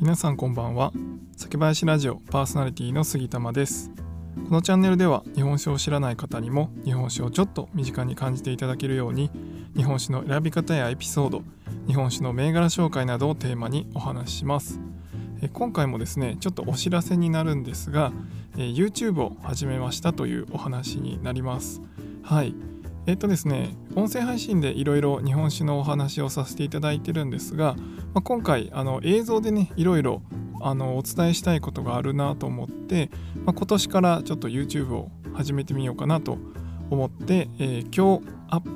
皆さんこんばんは。酒林ラジオパーソナリティの杉玉です。このチャンネルでは日本酒を知らない方にも日本酒をちょっと身近に感じていただけるように、日本酒の選び方やエピソード、日本酒の銘柄紹介などをテーマにお話しします。今回もですね、ちょっとお知らせになるんですが、YouTube を始めましたというお話になります。はい。ですね、音声配信でいろいろ日本酒のお話をさせていただいてるんですが、今回映像でねいろいろお伝えしたいことがあるなと思って、今年からちょっと YouTube を始めてみようかなと思って、今日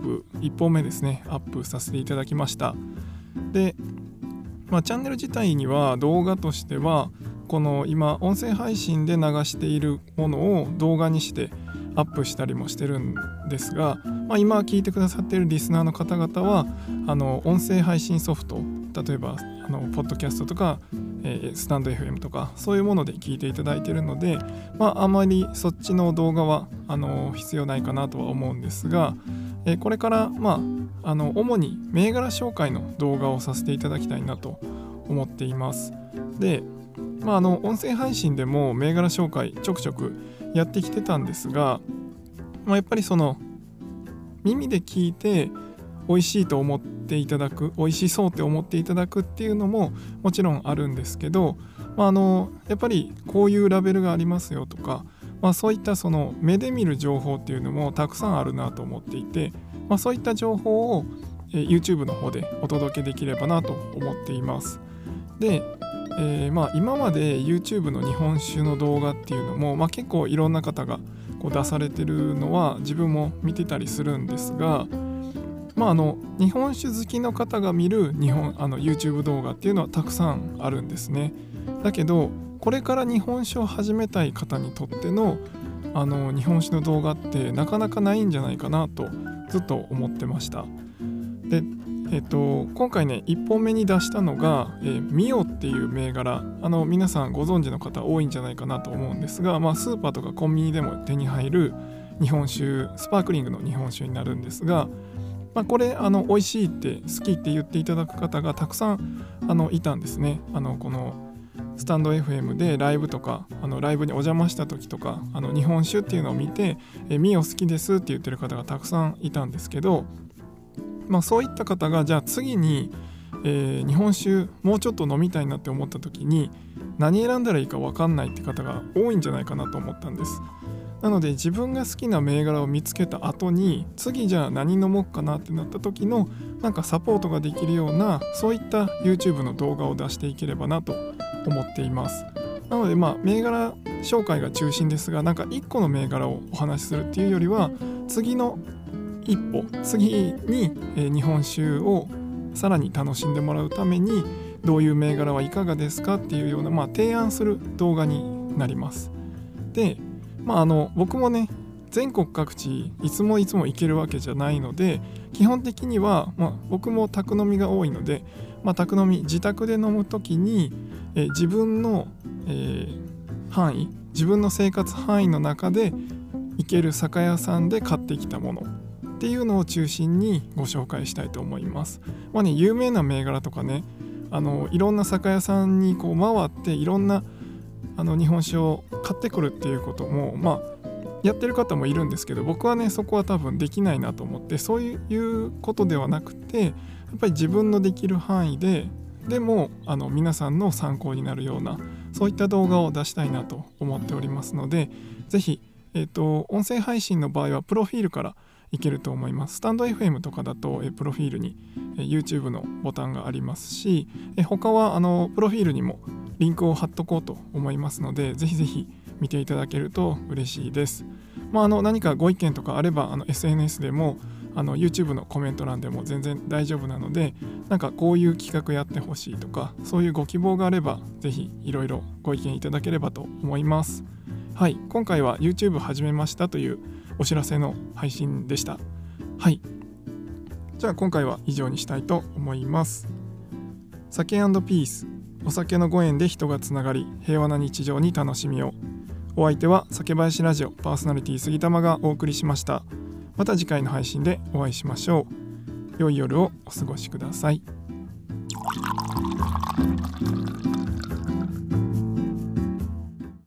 1本目ですねアップさせていただきました。で、チャンネル自体には動画としてはこの今音声配信で流しているものを動画にしてアップしたりもしてるんですが、今聞いてくださっているリスナーの方々は音声配信ソフト、例えばポッドキャストとか、スタンド FM とかそういうもので聞いていただいているので、あまりそっちの動画は必要ないかなとは思うんですが、これから主に銘柄紹介の動画をさせていただきたいなと思っています。で、音声配信でも銘柄紹介ちょくちょくやってきてたんですが、やっぱりその耳で聞いて美味しいと思っていただく、美味しそうって思っていただくっていうのももちろんあるんですけど、やっぱりこういうラベルがありますよとか、そういったその目で見る情報っていうのもたくさんあるなと思っていて、そういった情報を、YouTube の方でお届けできればなと思っています。で、今まで YouTube の日本酒の動画っていうのも、結構いろんな方がこう出されてるのは自分も見てたりするんですが、日本酒好きの方が見るYouTube 動画っていうのはたくさんあるんですね。だけどこれから日本酒を始めたい方にとっての日本酒の動画ってなかなかないんじゃないかなとずっと思ってました。で、今回ね1本目に出したのが、ミオっていう銘柄、皆さんご存知の方多いんじゃないかなと思うんですが、スーパーとかコンビニでも手に入る日本酒、スパークリングの日本酒になるんですが、これ美味しいって好きって言っていただく方がたくさんいたんですね。このスタンド FM でライブとかライブにお邪魔した時とか日本酒っていうのを見てミオ好きですって言ってる方がたくさんいたんですけど、そういった方がじゃあ次に、日本酒もうちょっと飲みたいなって思った時に何選んだらいいか分かんないって方が多いんじゃないかなと思ったんです。なので自分が好きな銘柄を見つけた後に次じゃあ何飲もうかなってなった時のサポートができるような、そういった YouTube の動画を出していければなと思っています。なので銘柄紹介が中心ですが、1個の銘柄をお話しするっていうよりは次の一歩、次に日本酒をさらに楽しんでもらうためにどういう銘柄はいかがですかっていうような、提案する動画になります。で、僕もね全国各地いつも行けるわけじゃないので、基本的には、僕も宅飲みが多いので、宅飲み自宅で飲むときに、自分の、範囲、自分の生活範囲の中で行ける酒屋さんで買ってきたものっていうのを中心にご紹介したいと思います。有名な銘柄とかね、いろんな酒屋さんにこう回っていろんな日本酒を買ってくるっていうこともやってる方もいるんですけど、僕はねそこは多分できないなと思って、そういうことではなくて、やっぱり自分のできる範囲でも皆さんの参考になるようなそういった動画を出したいなと思っておりますので、ぜひ、音声配信の場合はプロフィールからいけると思います。スタンド FM とかだとプロフィールに YouTube のボタンがありますし、他はプロフィールにもリンクを貼っとこうと思いますので、ぜひぜひ見ていただけると嬉しいです。何かご意見とかあればSNS でもYouTube のコメント欄でも全然大丈夫なので、こういう企画やってほしいとかそういうご希望があればぜひいろいろご意見いただければと思います。はい、今回は YouTube 始めましたというお知らせの配信でした。はい、じゃあ今回は以上にしたいと思います。酒&ピース、お酒のご縁で人がつながり平和な日常に楽しみを。お相手は酒林ラジオパーソナリティ杉玉がお送りしました。また次回の配信でお会いしましょう。良い夜をお過ごしください。